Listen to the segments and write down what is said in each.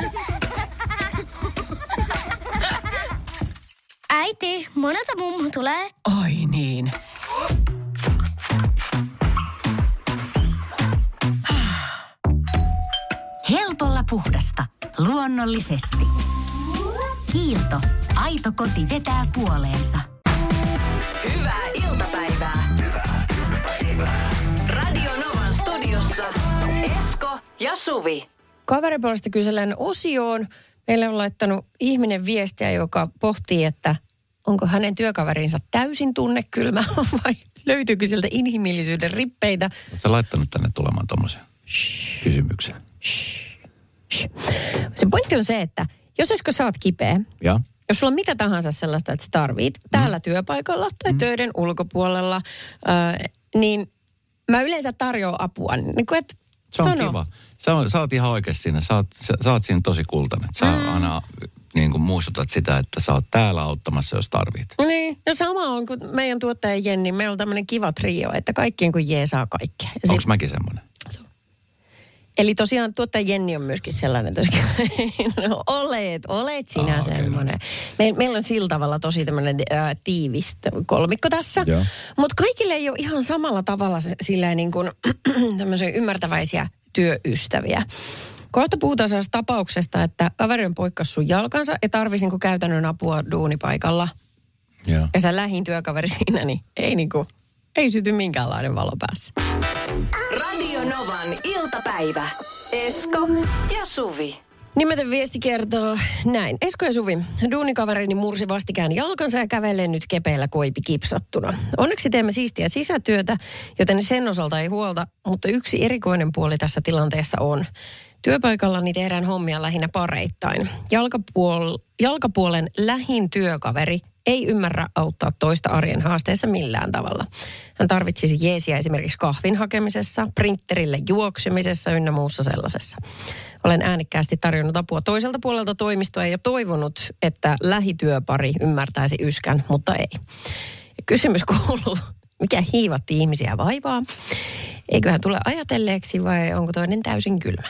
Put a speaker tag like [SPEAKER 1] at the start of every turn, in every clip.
[SPEAKER 1] Äiti, monelta mummu tulee?
[SPEAKER 2] Oi niin. Helpolla puhdasta. Luonnollisesti. Kiilto. Aito koti vetää puoleensa.
[SPEAKER 3] Hyvää iltapäivää. Radio Novan studiossa Esko ja Suvi.
[SPEAKER 4] Kaveripuolesta kyselen osioon. Meille on laittanut ihminen viestiä, joka pohtii, että onko hänen työkaverinsa täysin tunnekylmä vai löytyykö sieltä inhimillisyyden rippeitä.
[SPEAKER 5] Oletko laittanut tänne tulemaan tommosen kysymyksen?
[SPEAKER 4] Se pointti on se, että jos Esko sä oot kipeä,
[SPEAKER 5] ja?
[SPEAKER 4] Jos sulla on mitä tahansa sellaista, että sä tarvit täällä työpaikalla tai töiden ulkopuolella, niin mä yleensä tarjoan apua. Niin kuin, että
[SPEAKER 5] se on
[SPEAKER 4] sano.
[SPEAKER 5] kiva. Sä oot ihan oikeassa siinä. Sä oot siinä tosi kultainen. Sä aina niin kuin muistutat sitä, että sä oot täällä auttamassa, jos tarvit.
[SPEAKER 4] Niin, ja sama on kuin meidän tuottaja Jenni. Meillä on tämmöinen kiva trio, että kaikkien kuin jeesaa kaikkea.
[SPEAKER 5] Onko mäkin semmoinen?
[SPEAKER 4] Eli tosiaan tuottaja Jenni on myöskin sellainen, no olet sinä semmoinen. Meillä on sillä tavalla tosi tämmöinen tiivistä kolmikko tässä. Mutta kaikille ei ole ihan samalla tavalla silleen niin kuin tämmöisiä ymmärtäväisiä työystäviä. Kohta puhutaan sellaisesta tapauksesta, että kaveri on poikkas sun jalkansa ja tarvisi niin käytännön apua duunipaikalla.
[SPEAKER 5] Joo.
[SPEAKER 4] Ja sä lähin työkaveri siinä, niin ei syty minkäänlainen valo päässä.
[SPEAKER 3] Radio Novan iltapäivä. Esko ja Suvi.
[SPEAKER 4] Nimetön viesti kertoo näin. Esko ja Suvi, duunikaverini mursi vastikään jalkansa ja kävelee nyt kepeillä koipi kipsattuna. Onneksi teemme siistiä sisätyötä, joten sen osalta ei huolta, mutta yksi erikoinen puoli tässä tilanteessa on. Työpaikallani tehdään hommia lähinnä pareittain. Jalkapuolen lähin työkaveri ei ymmärrä auttaa toista arjen haasteessa millään tavalla. Hän tarvitsisi jeesiä esimerkiksi kahvin hakemisessa, printerille juoksemisessa ynnä muussa sellaisessa. Olen äänekkäästi tarjonnut apua toiselta puolelta toimistoa ja toivonut, että lähityöpari ymmärtäisi yskän, mutta ei. Ja kysymys kuuluu, mikä hiivatti ihmisiä vaivaa? Eiköhän tule ajatelleeksi vai onko toinen täysin kylmä?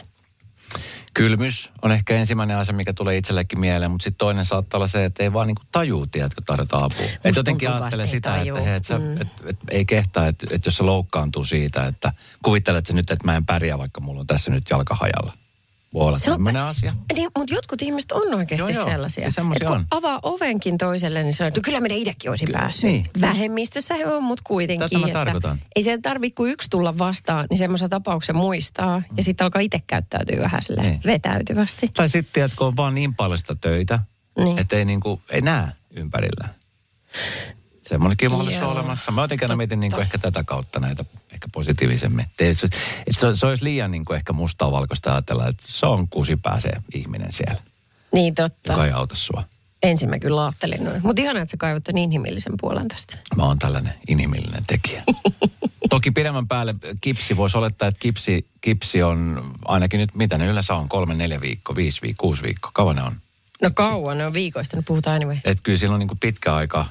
[SPEAKER 5] Kylmys on ehkä ensimmäinen asia, mikä tulee itsellekin mieleen, mutta sitten toinen saattaa olla se, että ei vaan niinku tajuu, tiedätkö, tarjota apua. Että jotenkin ajattelee sitä, että ei kehtaa, että jos se loukkaantuu siitä, että kuvittelet nyt, että mä en pärjää, vaikka mulla on tässä nyt jalkahajalla. Voi olla tämmöinen asia.
[SPEAKER 4] Niin, mutta jotkut ihmiset on oikeasti sellaisia.
[SPEAKER 5] Että
[SPEAKER 4] kun avaa ovenkin toiselle, niin sanoo, että kyllä minä itsekin olisin päässyt. Niin. Vähemmistössä he on, mutta kuitenkin.
[SPEAKER 5] Tätä mä tarkoitan.
[SPEAKER 4] Ei se tarvitse kuin yksi tulla vastaan, niin semmoisen tapauksen muistaa. Ja sitten alkaa itse käyttäytyä vähän silleen vetäytyvästi. Tai
[SPEAKER 5] sitten, että kun on vaan niin paljon sitä töitä, että ei näe ympärillä. Semmoinenkin mahdollisuus olemassa. Mä jotenkin mietin ehkä tätä kautta näitä ehkä positiivisemmin. Se olisi liian ehkä mustaa valkoista ajatella, että se on kusipää se ihminen siellä.
[SPEAKER 4] Niin totta.
[SPEAKER 5] Joka ei auta sua.
[SPEAKER 4] Ensin mä kyllä ajattelin noin. Mutta ihanaa, että sä kaivat tämän inhimillisen puolen tästä.
[SPEAKER 5] Mä oon tällainen inhimillinen tekijä. Toki pidemmän päälle kipsi voisi olettaa, että kipsi on ainakin nyt, mitä ne yleensä on, 3-4 viikkoa, 5 viikkoa, 6 viikkoa. Kauan ne on?
[SPEAKER 4] No kauan, ne on viikoista, ne puhutaan anyway.
[SPEAKER 5] Että kyllä siinä on pitkä aika.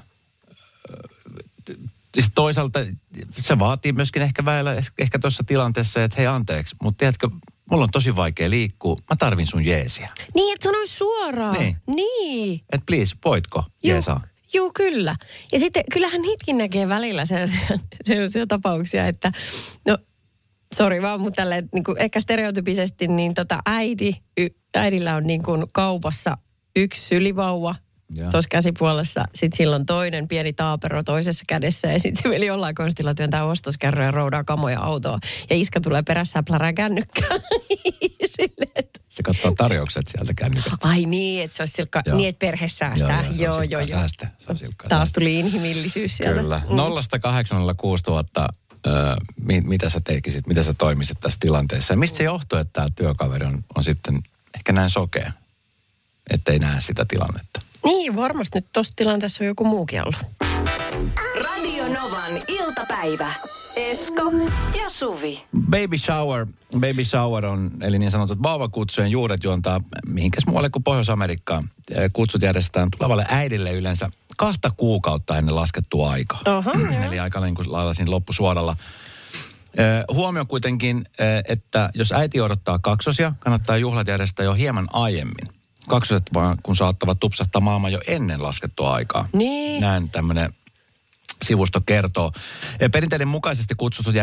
[SPEAKER 5] Toisaalta se vaatii myöskin ehkä väillä, ehkä tuossa tilanteessa, että hei anteeksi, mutta tiedätkö, mulla on tosi vaikea liikkua, mä tarvin sun jeesiä.
[SPEAKER 4] Niin, että sanois suoraan. Niin.
[SPEAKER 5] Että please, voitko jeesaa?
[SPEAKER 4] Joo, kyllä. Ja sitten kyllähän niitäkin näkee välillä sellaisia tapauksia, että no, sori vaan, mutta tälleen niin kuin ehkä stereotypisesti, niin äidillä on niin kuin kaupassa yksi sylivauva. Tuossa käsipuolessa, sitten silloin toinen pieni taapero toisessa kädessä ja sitten veli jollain konstilla työntää ostoskärryä ja roudaa kamoja autoa. Ja iskä tulee perässä ja plärää kännykkää.
[SPEAKER 5] Se katsoo tarjoukset sieltä kännykästä.
[SPEAKER 4] Ai niin, että se olisi silkka, niin että perhe säästää. Joo. Taas tuli inhimillisyys sieltä.
[SPEAKER 5] Kyllä. 0806000, mitä sä tekisit, mitä sä toimisit tässä tilanteessa. Ja mistä se johtuu, että tämä työkaveri on sitten ehkä näin sokea, ettei näe sitä tilannetta?
[SPEAKER 4] Niin, varmasti nyt tuossa tilanteessa on joku muukin ollut.
[SPEAKER 3] Radio Novan iltapäivä. Esko ja Suvi.
[SPEAKER 5] Baby shower on, eli niin sanotut vauvakutsujen juuret juontaa mihinkäs muualle kuin Pohjois-Amerikkaan. Kutsut järjestetään tulevalle äidille yleensä 2 kuukautta ennen laskettua aikaa. Eli aika niin kuin lailla siinä loppusuoralla. Huomio kuitenkin, että jos äiti odottaa kaksosia, kannattaa juhlat järjestää jo hieman aiemmin. Kaksoset vaan, kun saattavat tupsahtaa maailman jo ennen laskettua aikaa.
[SPEAKER 4] Niin.
[SPEAKER 5] Näin tämmöinen sivusto kertoo. Perinteiden mukaisesti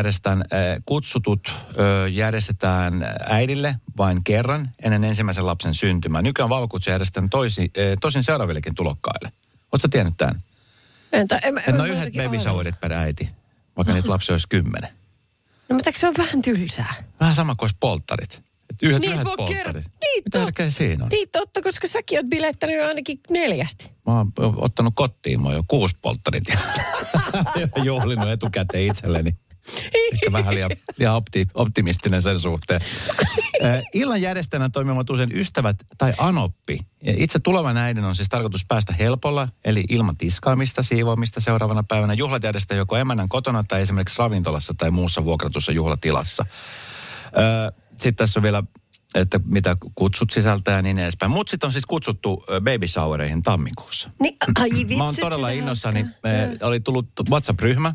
[SPEAKER 5] kutsutut järjestetään äidille vain kerran ennen ensimmäisen lapsen syntymää. Nykyään vauvakutsu järjestetään tosin seuraavillekin tulokkaille. Ootko sä tiennyt tämän? No yhdet baby showerit per äiti, vaikka niitä lapsia olisi 10.
[SPEAKER 4] No mutta se on vähän tylsää?
[SPEAKER 5] Vähän sama kuin olisi polttarit. Yhdet
[SPEAKER 4] Niin,
[SPEAKER 5] polttarit. Mitä järkeä siinä on?
[SPEAKER 4] Niin totta, koska säkin oot bilettänyt jo ainakin 4.
[SPEAKER 5] Mä oon ottanut kotiin, mä oon jo 6 polttarit ja juhlinut etukäteen itselleni. Ehkä vähän liian optimistinen sen suhteen. Illan järjestäjänä toimivat usein ystävät tai anoppi. Ja itse tulevan äidin on siis tarkoitus päästä helpolla, eli ilman tiskaamista, siivoamista seuraavana päivänä. Juhlat järjestetään joko emännän kotona tai esimerkiksi ravintolassa tai muussa vuokratussa juhlatilassa. Sitten tässä on vielä, että mitä kutsut sisältää ja niin edespäin. Mut sitten on siis kutsuttu baby showereihin tammikuussa.
[SPEAKER 4] Niin, ai vitsi.
[SPEAKER 5] Mä oon todella innossani. Oli tullut WhatsApp-ryhmä.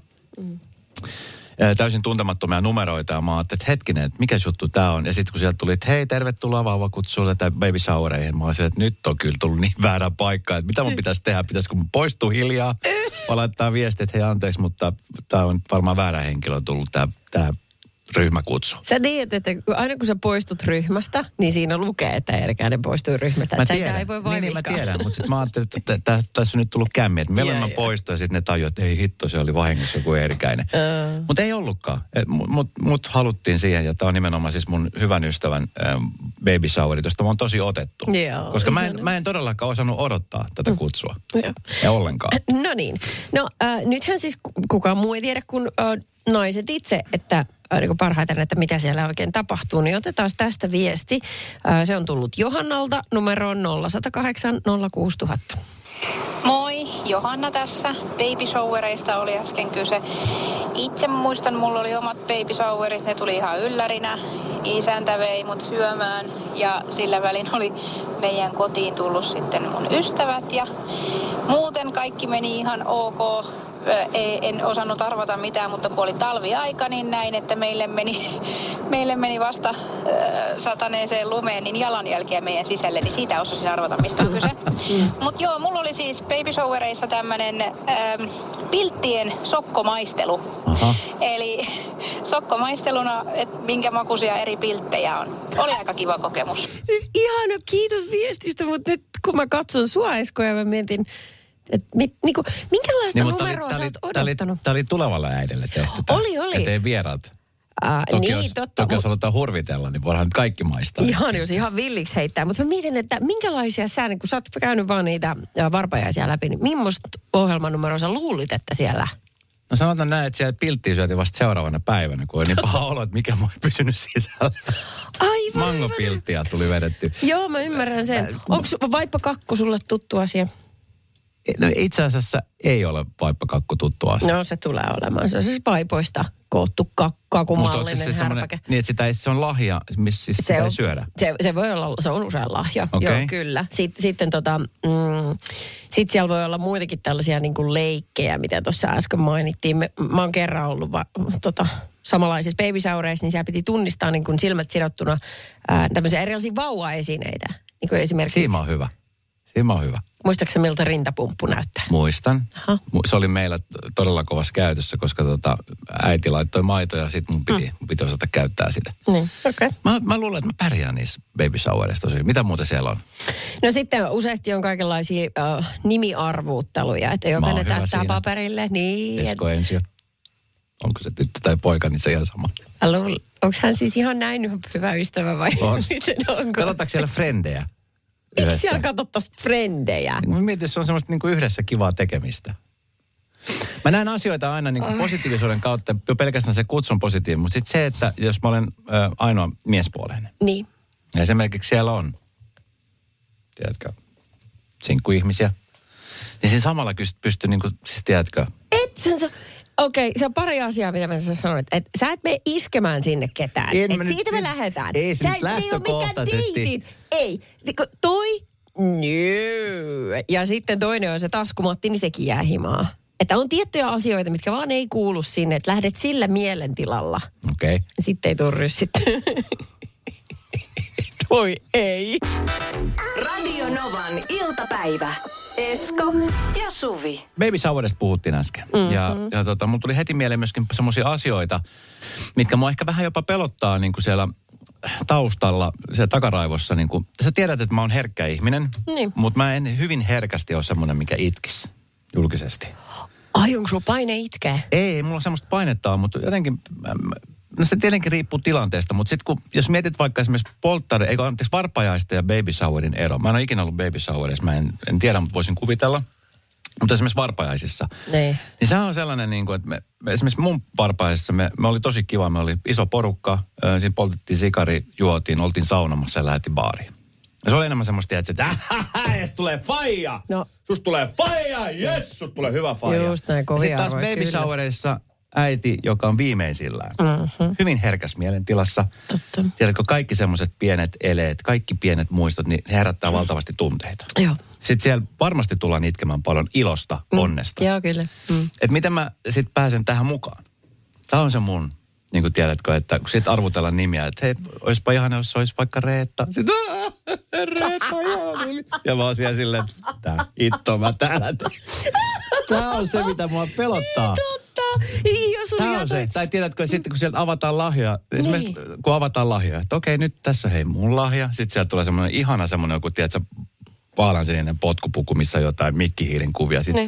[SPEAKER 5] Täysin tuntemattomia numeroita ja mä ajattelin, että hetkinen, että mikä juttu tää on. Ja sitten kun sieltä tuli, että hei, tervetuloa vauvakutsulle tai baby showereihin. Mä olisin, että nyt on kyllä tullut niin väärä paikka, että mitä mun pitäisi tehdä? Pitäisikö mun poistua hiljaa? Mä laittaa viestiä, että hei anteeksi, mutta tää on varmaan väärä henkilö tullut tää ryhmäkutsu.
[SPEAKER 4] Sä tiedät, että aina kun sä poistut ryhmästä, niin siinä lukee, että Eerikäinen poistui ryhmästä.
[SPEAKER 5] Mä tiedän. Ei voi niin, mä tiedän, mutta sitten mä ajattelin, että tässä on nyt tullut kämmi, että milloin mä poistuin ja sitten ne tajuivat, että ei hitto, se oli vahingossa joku Eerikäinen. Mutta ei ollutkaan. Mut haluttiin siihen ja tää on nimenomaan siis mun hyvän ystävän baby showerit, josta mä oon tosi otettu.
[SPEAKER 4] Joo,
[SPEAKER 5] koska mä en todellakaan osannut odottaa tätä kutsua. Ja ollenkaan.
[SPEAKER 4] No niin. No nythän siis kukaan muu ei tiedä kuin naiset itse, että niin parhaiten, että mitä siellä oikein tapahtuu, niin otetaan tästä viesti. Se on tullut Johannalta numeroon 0108 06000.
[SPEAKER 6] Moi, Johanna tässä. Baby showereista oli äsken kyse. Itse muistan, mulla oli omat baby showerit, ne tuli ihan yllärinä. Isäntä vei mut syömään ja sillä välin oli meidän kotiin tullut sitten mun ystävät ja muuten kaikki meni ihan ok. En osannut arvata mitään, mutta kun oli talviaika, niin näin, että meille meni vasta sataneeseen lumeen niin jalanjälkiä meidän sisälle, niin siitä osasin arvata, mistä on kyse. Mutta joo, mulla oli siis baby showereissa tämmönen pilttien sokkomaistelu. Aha. Eli sokkomaisteluna, että minkä makuisia eri pilttejä on. Oli aika kiva kokemus.
[SPEAKER 4] Siis ihana, kiitos viestistä, mutta nyt kun mä katson sua, Esko, ja mä mietin, että minkälaista numeroa sä oot odottanut?
[SPEAKER 5] Tämä oli tulevalle äidille tehty.
[SPEAKER 4] Oli.
[SPEAKER 5] Eteen vieraat.
[SPEAKER 4] Totta.
[SPEAKER 5] Toki jos halutaan hurvitella, niin voidaan nyt kaikki maistaa.
[SPEAKER 4] Ihan villiksi heittää. Mutta mä mietin, että minkälaisia säännöt, kun sä oot käynyt vaan niitä varpajaisia läpi, niin millaista ohjelmanumeroa sä luulit, että siellä?
[SPEAKER 5] No sanotaan näin, että siellä pilttiä syötiin vasta seuraavana päivänä, kun oli niin paha olo, että mikä mua ei pysynyt sisällä.
[SPEAKER 4] Aivan.
[SPEAKER 5] Mangopilttiä tuli vedetty.
[SPEAKER 4] Joo, mä ymmärrän sen. Onko vaippakakku sulle tuttu asia?
[SPEAKER 5] No itse asiassa ei ole vaippakakku tuttu asia.
[SPEAKER 4] No se tulee olemaan. Se on siis vaipoista koottu kakumallinen härpäke.
[SPEAKER 5] Niin, että se on lahja, missä siis sitä ei syödä.
[SPEAKER 4] Se voi olla, se on usein lahja.
[SPEAKER 5] Okay.
[SPEAKER 4] Joo, kyllä. Sitten sit siellä voi olla muitakin tällaisia niin kuin leikkejä, mitä tuossa äsken mainittiin. Mä oon kerran ollut samanlaisissa baby showereissa, niin siellä piti tunnistaa niin kuin silmät sidottuna tämmöisiä erilaisia vauvaesineitä. Niin kuin esimerkiksi.
[SPEAKER 5] Siinä on hyvä.
[SPEAKER 4] Muistatko miltä rintapumppu näyttää?
[SPEAKER 5] Muistan. Aha. Se oli meillä todella kovassa käytössä, koska äiti laittoi maitoja ja sitten mun piti osata käyttää sitä.
[SPEAKER 4] Niin, okei.
[SPEAKER 5] Okay. Mä luulen, että mä pärjään niissä baby showerista tosi. Mitä muuta siellä on?
[SPEAKER 4] No sitten useasti on kaikenlaisia nimiarvuutteluja, että jokainen täyttää paperille. Niin.
[SPEAKER 5] Esko Ensio. Onko se tyttö tai poika, niin se ihan sama.
[SPEAKER 4] Onko hän siis ihan näin hyvä ystävä vai miten onko?
[SPEAKER 5] Katsotaanko siellä frendejä?
[SPEAKER 4] Miksi siellä katsottaisiin frendejä?
[SPEAKER 5] Mä mietin, että se on semmoista niin kuin yhdessä kivaa tekemistä. Mä näen asioita aina niin kuin positiivisuuden kautta, pelkästään se kutsun positiivinen, mutta sitten se, että jos mä olen ainoa miespuoleinen.
[SPEAKER 4] Niin.
[SPEAKER 5] Ja esimerkiksi siellä on, tiedätkö, sinkkuihmisiä, niin siinä samalla pystyy niin kuin, siis tiedätkö.
[SPEAKER 4] Okei, se on pari asiaa, mitä mä sanoin, että sä et mene iskemään sinne ketään. Siitä me lähdetään.
[SPEAKER 5] Ei se nyt lähtökohtaisesti.
[SPEAKER 4] Ei. Ja sitten toinen on se taskumatti, niin sekin jää himaa. Että on tiettyjä asioita, mitkä vaan ei kuulu sinne, että lähdet sillä mielentilalla.
[SPEAKER 5] Okei.
[SPEAKER 4] Sitten ei turri sitten. Voi ei.
[SPEAKER 3] Radio Novan iltapäivä. Esko ja Suvi.
[SPEAKER 5] Baby showerista puhuttiin äsken. Ja mun tuli heti mieleen myöskin semmoisia asioita, mitkä mua ehkä vähän jopa pelottaa niin kuin siellä taustalla, siellä takaraivossa. Niin kuin, sä tiedät, että mä oon herkkä ihminen, mutta mä en hyvin herkästi ole semmoinen, mikä itkisi julkisesti.
[SPEAKER 4] Ai, onko sulla paine itkeä?
[SPEAKER 5] Ei, mulla semmoista painetta on, mutta jotenkin... No se tietenkin riippuu tilanteesta, mutta sitten jos mietit vaikka esimerkiksi varpajaista ja baby showerin ero. Mä en ole ikinä ollut baby showerissa, mä en tiedä, mutta voisin kuvitella. Mutta esimerkiksi varpajaisissa. Niin sehän on sellainen, niin kuin, että esimerkiksi mun varpajaisissa me oli tosi kiva. Me oli iso porukka, siinä poltettiin sikari, juotiin, oltiin saunomassa ja lähdettiin baariin. Ja se oli enemmän semmoista, että tulee faija! No. Susta tulee faija! Jes, susta tulee hyvä faija.
[SPEAKER 4] Just näin, kovia.
[SPEAKER 5] Sitten taas baby showereissa äiti, joka on viimeisillään. Hyvin herkäs mielentilassa. Totta. Tiedätkö, kaikki semmoiset pienet eleet, kaikki pienet muistot, niin he herättää valtavasti tunteita. Joo. Sitten siellä varmasti tullaan itkemään paljon ilosta, onnesta.
[SPEAKER 4] Joo, kyllä.
[SPEAKER 5] Että miten mä sitten pääsen tähän mukaan? Tämä on se mun, niin kuin tiedätkö, että kun sitten arvutellaan nimiä, että hei, olisipa ihana, jos se olisi vaikka Reetta. Sitten Reetta, joo. Ja mä oon siellä silleen, että tää hitto mä täällä. Tämä on se, mitä mua pelottaa. Tämä on se. Tai tiedätkö, sitten kun sieltä avataan lahjoja, esimerkiksi kun avataan lahjoja, että okei, nyt tässä hei mun lahja. Sitten sieltä tulee semmoinen ihana semmoinen joku, tiedätkö, vaaleansininen potkupuku, missä on jotain mikkihiirin kuvia. Sitten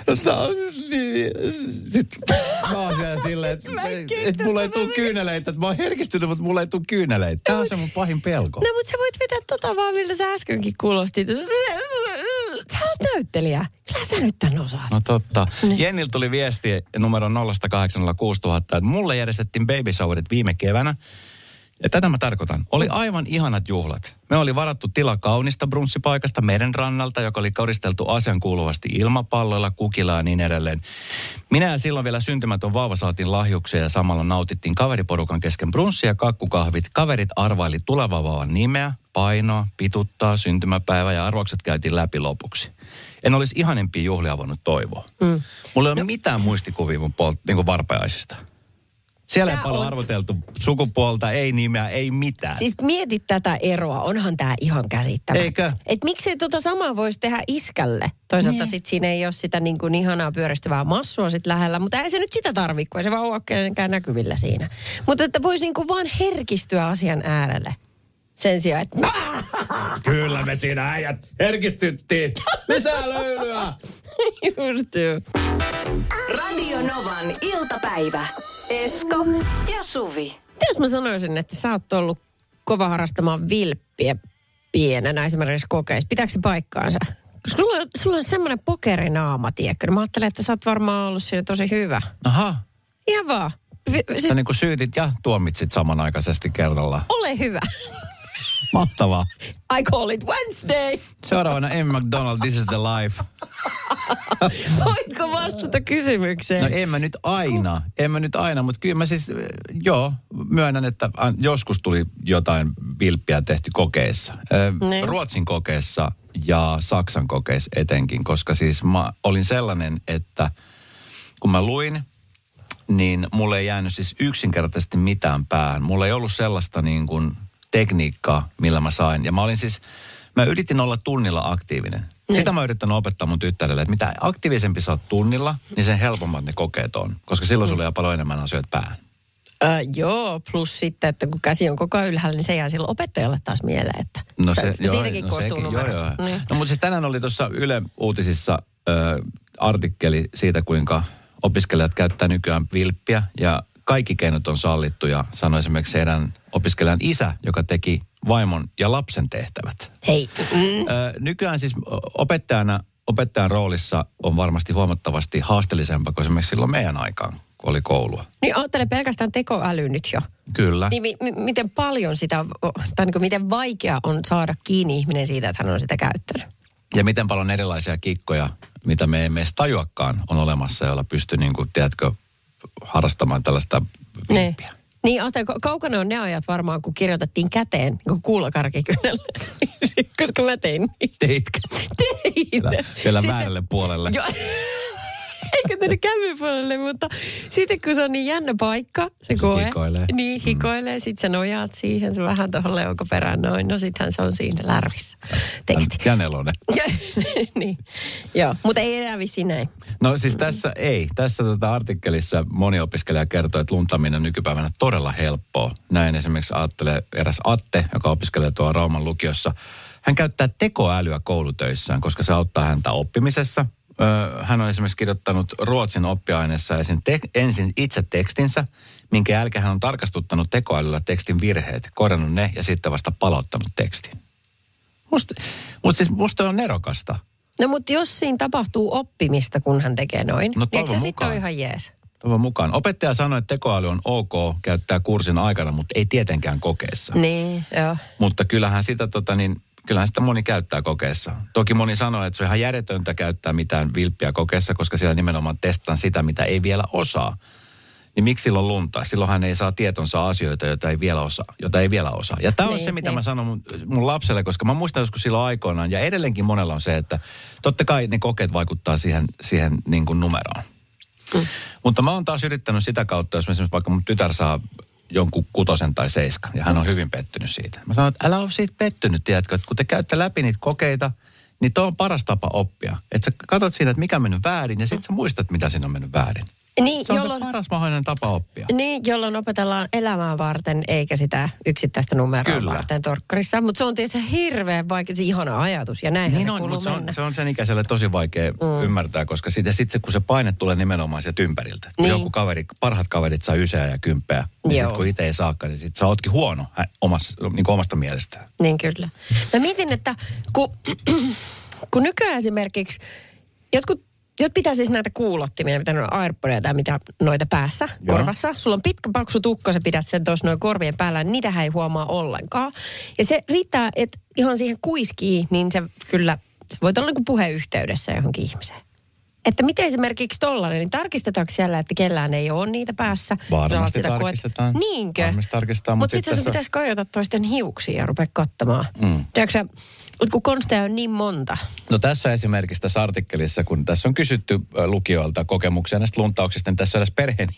[SPEAKER 5] mä oon siellä silleen, että mulla ei tule kyyneleitä. Että mä oon herkistynyt, mutta mulla ei tule kyyneleitä. Tämä on se mun pahin pelko.
[SPEAKER 4] No, mutta sä voit vetää vaan, miltä sä äskenkin kuulostit. Sä oot näyttelijä. Kyllä sä nyt tän osaat.
[SPEAKER 5] No totta. Jennil tuli viesti numero 0806000, että mulle järjestettiin baby showerit viime keväänä. Ja tätä mä tarkoitan. Oli aivan ihanat juhlat. Me oli varattu tila kaunista brunssipaikasta meren rannalta, joka oli koristeltu asian kuuluvasti ilmapalloilla, kukilla ja niin edelleen. Minä ja silloin vielä syntymätön vauva saatiin lahjuksia ja samalla nautittiin kaveriporukan kesken brunssia ja kakkukahvit. Kaverit arvaili tulevan vauvan nimeä, painoa, pituttaa, syntymäpäivä ja arvaukset käytiin läpi lopuksi. En olisi ihanempia juhlia voinut toivoa. Mulla ei ole mitään muistikuvia mun niin varpajaisista. Siellä ei paljon arvoteltu sukupuolta, ei nimeä, ei mitään.
[SPEAKER 4] Siis mietit tätä eroa, onhan tää ihan käsittämättä.
[SPEAKER 5] Eikö?
[SPEAKER 4] Et miksei samaa voisi tehdä iskälle? Toisaalta sit siinä ei ole sitä niin kuin ihanaa pyöristyvää massua sit lähellä, mutta ei se nyt sitä tarvitse, kun ei se vaan ole kenenkään näkyvillä siinä. Mutta että voisi niin kuin vaan herkistyä asian äärelle. Sen sijaan, että...
[SPEAKER 5] Kyllä me siinä äijät herkistyttiin. Lisää löylyä.
[SPEAKER 4] Just
[SPEAKER 3] Radio Novan iltapäivä. Esko ja Suvi.
[SPEAKER 4] Jos mä sanoisin, että sä oot ollut kova harrastamaan vilppiä pienenä esimerkiksi kokeissa. Pitääkö se paikkaansa? Koska sulla on semmoinen pokerinaama, tiedätkö? Mä ajattelen, että sä oot varmaan ollut siinä tosi hyvä.
[SPEAKER 5] Aha.
[SPEAKER 4] Ihan vaan.
[SPEAKER 5] Sä niin kuin syytit ja tuomitsit samanaikaisesti kerrallaan.
[SPEAKER 4] Ole hyvä.
[SPEAKER 5] Mahtavaa.
[SPEAKER 4] I call it Wednesday.
[SPEAKER 5] Seuraavana Emma McDonald, This is the Life.
[SPEAKER 4] Voitko vastata kysymykseen?
[SPEAKER 5] No en mä nyt aina, mutta kyllä mä siis, myönnän, että joskus tuli jotain vilppiä tehty kokeissa. Ruotsin kokeessa ja Saksan kokeissa etenkin, koska siis mä olin sellainen, että kun mä luin, niin mulle ei jäänyt siis yksinkertaisesti mitään päähän. Mulla ei ollut sellaista niin kuin tekniikkaa, millä mä sain. Ja mä yritin olla tunnilla aktiivinen. Sitä mä yritän opettaa mun tyttärelle, että mitä aktiivisempi sä oot tunnilla, niin sen helpommat ne kokeet on. Koska silloin sulla jää paljon enemmän asioita päähän.
[SPEAKER 4] Joo, plus sitten, että kun käsi on koko ajan ylhäällä, niin se jää silloin opettajalle taas mieleen, että siitäkin koostuu numerot.
[SPEAKER 5] Niin. No mutta siis tänään oli tuossa Yle Uutisissa artikkeli siitä, kuinka opiskelijat käyttää nykyään vilppiä ja kaikki keinot on sallittu ja sanoi esimerkiksi heidän opiskelijan isä, joka teki vaimon ja lapsen tehtävät.
[SPEAKER 4] Hei.
[SPEAKER 5] Nykyään siis opettajan roolissa on varmasti huomattavasti haasteellisempaa kuin esimerkiksi silloin meidän aikaan, kun oli koulua.
[SPEAKER 4] Niin ajattele pelkästään tekoäly nyt jo.
[SPEAKER 5] Kyllä.
[SPEAKER 4] Niin miten paljon sitä, tai niin kuin miten vaikea on saada kiinni ihminen siitä, että hän on sitä käyttänyt.
[SPEAKER 5] Ja miten paljon erilaisia kikkoja, mitä me emme edes tajuakaan, on olemassa, joilla pystyy, niin kuin, tiedätkö, harrastamaan tällaista vilppiä.
[SPEAKER 4] Niin, kaukana on ne ajat varmaan, kun kirjoitettiin käteen niin kuulakarkikynällä. Koska mä tein niin.
[SPEAKER 5] Teitkö?
[SPEAKER 4] Tein.
[SPEAKER 5] Vielä väärälle puolelle.
[SPEAKER 4] eikä tänne kävypuolelle, mutta sitten kun se on niin jännä paikka, se koe.
[SPEAKER 5] Hikoilee.
[SPEAKER 4] Niin, hikoilee. Sitten sä nojaat siihen, se vähän tuohon leukoperään noin. No sittenhän se on siinä lärvissä. Teksti.
[SPEAKER 5] Ja nelonen.
[SPEAKER 4] Niin, joo. Mutta ei enää vissiin näin.
[SPEAKER 5] No siis tässä ei. Tässä artikkelissa moni opiskelija kertoo, että luntaminen nykypäivänä todella helppoa. Näin esimerkiksi ajattelee eräs Atte, joka opiskelee tuolla Rauman lukiossa. Hän käyttää tekoälyä koulutöissään, koska se auttaa häntä oppimisessa. Hän on esimerkiksi kirjoittanut ruotsin oppiaineessa ensin itse tekstinsä, minkä jälkeen hän on tarkastuttanut tekoälyllä tekstin virheet, korjannut ne ja sitten vasta palauttanut tekstin. Musta on nerokasta.
[SPEAKER 4] No mutta jos siinä tapahtuu oppimista, kun hän tekee noin,
[SPEAKER 5] no,
[SPEAKER 4] niin eikö se sitten ole ihan jees?
[SPEAKER 5] Toivon mukaan. Opettaja sanoi, että tekoäly on ok käyttää kurssin aikana, mutta ei tietenkään kokeessa.
[SPEAKER 4] Niin, joo.
[SPEAKER 5] Mutta kyllähän sitä moni käyttää kokeessa. Toki moni sanoo, että se on ihan järjetöntä käyttää mitään vilppiä kokeessa, koska siellä nimenomaan testataan sitä, mitä ei vielä osaa. Niin miksi silloin luntaa? Silloin hän ei saa tietonsa asioita, joita ei vielä osaa. Ja tämä on se, mitä mä sanon mun lapselle, koska mä muistan joskus silloin aikoinaan, ja edelleenkin monella on se, että totta kai ne kokeet vaikuttaa siihen niin kuin numeroon. Mutta mä oon taas yrittänyt sitä kautta, jos esimerkiksi vaikka mun tytär saa jonkun 6 tai 7, ja hän on hyvin pettynyt siitä. Mä sanon, että älä ole siitä pettynyt, tiedätkö, että kun te käytte läpi niitä kokeita, niin tuo on paras tapa oppia. Että sä katsot siinä, että mikä on mennyt väärin, ja sitten sä muistat, mitä siinä on mennyt väärin.
[SPEAKER 4] Niin,
[SPEAKER 5] se on se paras mahdollinen tapa oppia.
[SPEAKER 4] Niin, jolloin opetellaan elämää varten, eikä sitä yksittäistä numeroa varten torkkarissa. Mutta se on tietysti hirveän vaikea, se ihana ajatus, ja näinhän
[SPEAKER 5] niin
[SPEAKER 4] se kuuluu mennä.
[SPEAKER 5] Se on sen ikäiselle tosi vaikea ymmärtää, koska sitten kun se paine tulee nimenomaan sieltä ympäriltä. Kun joku parhaat kaverit saa 9 ja 10, niin sitten kun itse ei saakaan, niin sitten sä ootkin huono omasta mielestään.
[SPEAKER 4] Niin kyllä. Mä mietin, että kun nykyään esimerkiksi jotkut pitää siis näitä kuulottimia, mitä on AirPodia tai mitä noita päässä, korvassa. Sulla on pitkä paksu tukka, sä pidät sen tuossa noin korvien päällä, niin niitähän ei huomaa ollenkaan. Ja se riittää, että ihan siihen kuiskii, niin se kyllä, se voi olla niin kuin puheyhteydessä johonkin ihmiseen. Että miten esimerkiksi tollainen, niin tarkistetaanko siellä, että kellään ei ole niitä päässä?
[SPEAKER 5] Varmasti tarkistetaan.
[SPEAKER 4] Niinkö?
[SPEAKER 5] Varmasti tarkistetaan.
[SPEAKER 4] Mutta sitten sun pitäisi kajota toisten hiuksia ja rupea katsomaan. Tiedätkö sä, kun konsteja on niin monta.
[SPEAKER 5] No tässä esimerkiksi tässä artikkelissa, kun tässä on kysytty lukijoilta kokemuksia näistä luntauksista, niin tässä on edes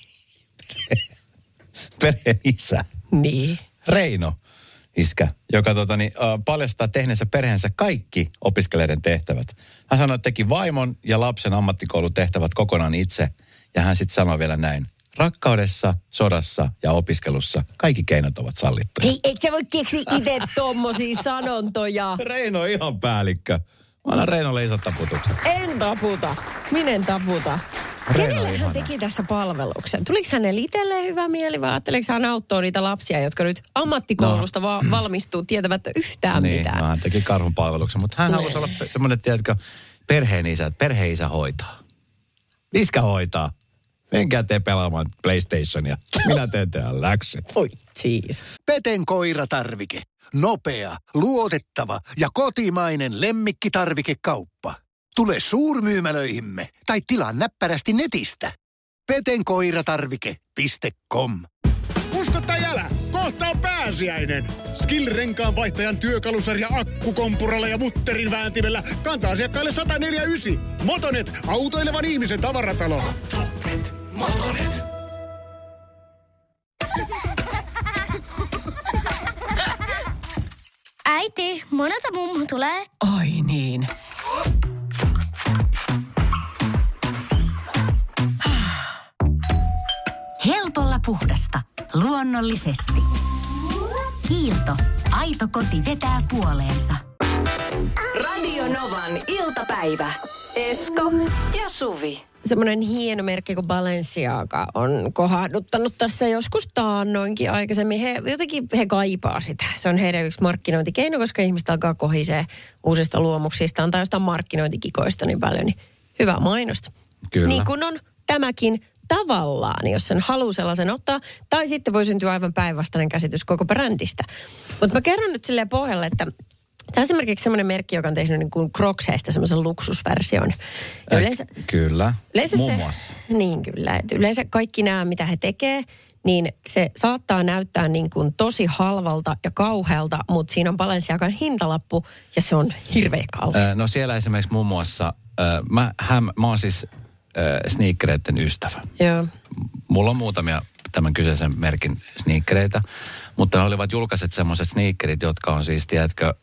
[SPEAKER 5] perheen isä.
[SPEAKER 4] Niin.
[SPEAKER 5] Reino iskä, joka paljastaa tehneensä perheensä kaikki opiskelijoiden tehtävät. Hän sanoi, että teki vaimon ja lapsen ammattikoulutehtävät kokonaan itse. Ja hän sitten sanoi vielä näin. Rakkaudessa, sodassa ja opiskelussa kaikki keinot ovat sallittuja.
[SPEAKER 4] Hei, et sä voi keksiä itse tommosia sanontoja.
[SPEAKER 5] Reino on ihan päällikkö. Mä annan Reinolle isot taputukset.
[SPEAKER 4] En taputa. Minä en taputa. Kenelle hän teki tässä palveluksen? Tuliko hänelle itselleen hyvä mieli vai ajatteleeko hän auttaa niitä lapsia, jotka nyt ammattikoulusta valmistuu tietämättä yhtään mitään?
[SPEAKER 5] No hän teki karhun palveluksen, mutta hän halusi olla semmoinen, tiedätkö, perheenisä hoitaa. Iskä hoitaa. Menkää te pelaamaan PlayStationia. Minä teen tehdä läksyt.
[SPEAKER 4] Oi, jeez.
[SPEAKER 7] Peten koiratarvike. Nopea, luotettava ja kotimainen lemmikkitarvikekauppa. Tule suurmyymälöihimme tai tilaa näppärästi netistä. petenkoiratarvike.com.
[SPEAKER 8] Usko tai älä, kohta on pääsiäinen. Skill-renkaan vaihtajan työkalusarja akkukompuralla ja mutterin vääntimellä kantaa asiakkaille 149. Motonet, autoilevan ihmisen tavaratalo. Motonet.
[SPEAKER 1] Äiti, monelta mummu tulee?
[SPEAKER 2] Oi niin. Helpolla puhdasta. Luonnollisesti. Kiilto. Aito koti vetää puoleensa.
[SPEAKER 3] Radio Novan iltapäivä. Esko ja Suvi.
[SPEAKER 4] Semmoinen hieno merkki kuin Balenciaga on kohdannuttanut tässä joskus taannoinkin aikaisemmin. He kaipaa sitä. Se on heidän yksi markkinointikeino, koska ihmiset alkaa kohisee uusista luomuksistaan tai jostain markkinointikikoista niin paljon. Niin hyvä mainosta.
[SPEAKER 5] Kyllä.
[SPEAKER 4] Niin kuin on tämäkin tavallaan, jos sen haluaa sellaisen ottaa. Tai sitten voi syntyä aivan päinvastainen käsitys koko brändistä. Mutta mä kerron nyt silleen pohjalle, että tämä on esimerkiksi semmoinen merkki, joka on tehnyt niin kuin Crocseista semmoisen luksusversion.
[SPEAKER 5] Kyllä, muun
[SPEAKER 4] se,
[SPEAKER 5] muassa.
[SPEAKER 4] Niin kyllä. Yleensä kaikki nämä, mitä he tekee, niin se saattaa näyttää niin kuin tosi halvalta ja kauhealta, mutta siinä on Balenciagan hintalappu ja se on hirveän kallis.
[SPEAKER 5] No siellä esimerkiksi muun muassa, mä oon siis sneakereiden ystävä.
[SPEAKER 4] Joo.
[SPEAKER 5] Mulla on muutamia tämän kyseisen merkin sneakereitä, mutta ne olivat julkaiset semmoiset sneakerit, jotka on siis, tiedätkö,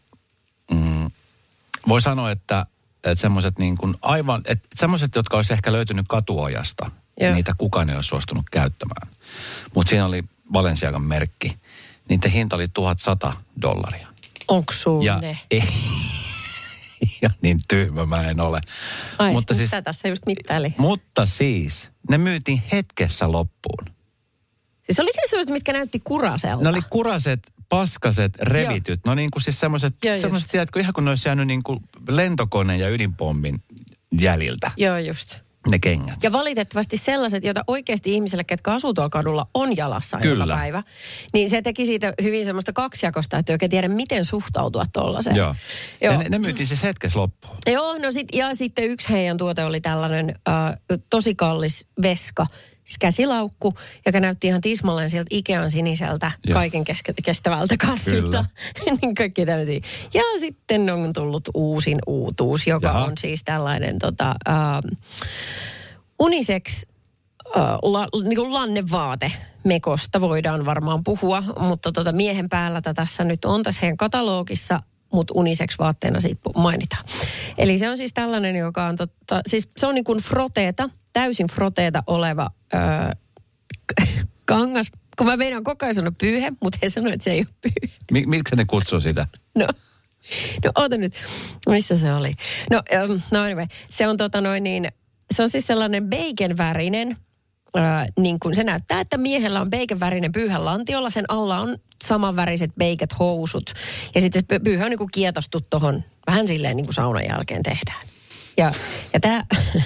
[SPEAKER 5] voi sanoa, että semmoiset niin kuin aivan, että semmoiset, jotka olisi ehkä löytynyt katuojasta, niitä kukaan ei ole suostunut käyttämään. Mutta siinä oli Balenciagan merkki. Niiden hinta oli $1,100.
[SPEAKER 4] Onko sulla ne?
[SPEAKER 5] Ja niin tyhmä mä en ole.
[SPEAKER 4] Ai, mutta siis, tässä just mittaili.
[SPEAKER 5] Mutta siis, ne myytiin hetkessä loppuun.
[SPEAKER 4] Siis oliko ne sellaiset, mitkä näytti kuraselta?
[SPEAKER 5] Ne oli kuraset, paskaset, revityt. No niin kuin siis semmoiset, tiedätkö, ihan kun ne olisi jäänyt niin kuin lentokoneen ja ydinpommin jäljiltä.
[SPEAKER 4] Joo, just.
[SPEAKER 5] Ne kengät.
[SPEAKER 4] Ja valitettavasti sellaiset, joita oikeasti ihmisille, ketkä asuu tuolla kadulla, on jalassa joka päivä. Niin se teki siitä hyvin semmoista kaksijakosta, että ei oikein tiedä, miten suhtautua tollaiseen.
[SPEAKER 5] Joo. Ne myytiin siis hetkessä loppuun.
[SPEAKER 4] Joo, no sitten yksi heidän tuote oli tällainen tosi kallis veska. Siis käsilaukku, joka näytti ihan tismalleen sieltä Ikean siniseltä kaiken kestävältä kassilta. Niin kaikki tämmöisiä. Ja sitten on tullut uusin uutuus, joka on siis tällainen unisex niin kuin lannevaate mekosta voidaan varmaan puhua. Mutta miehen päällä tässä nyt on tässä heidän katalogissa, mutta unisex-vaatteena siitä mainitaan. Eli se on siis tällainen, joka on siis se on niin kuin froteeta, täysin froteeta oleva kangas. Kun mä meinaan koko ajan sanoa pyyhe, mutta he sanoo, että se ei ole pyyhe.
[SPEAKER 5] Miksi ne kutsuu sitä?
[SPEAKER 4] No oota nyt. Missä se oli? No anyway. Se on se on siis sellainen bacon-värinen. Niin kuin se näyttää, että miehellä on bacon-värinen pyyhä lantiolla. Sen alla on samanväriset bacon-housut. Ja sitten pyyhä on niin kuin kietostu tuohon vähän silleen niin kuin saunan jälkeen tehdään. Ja tämä...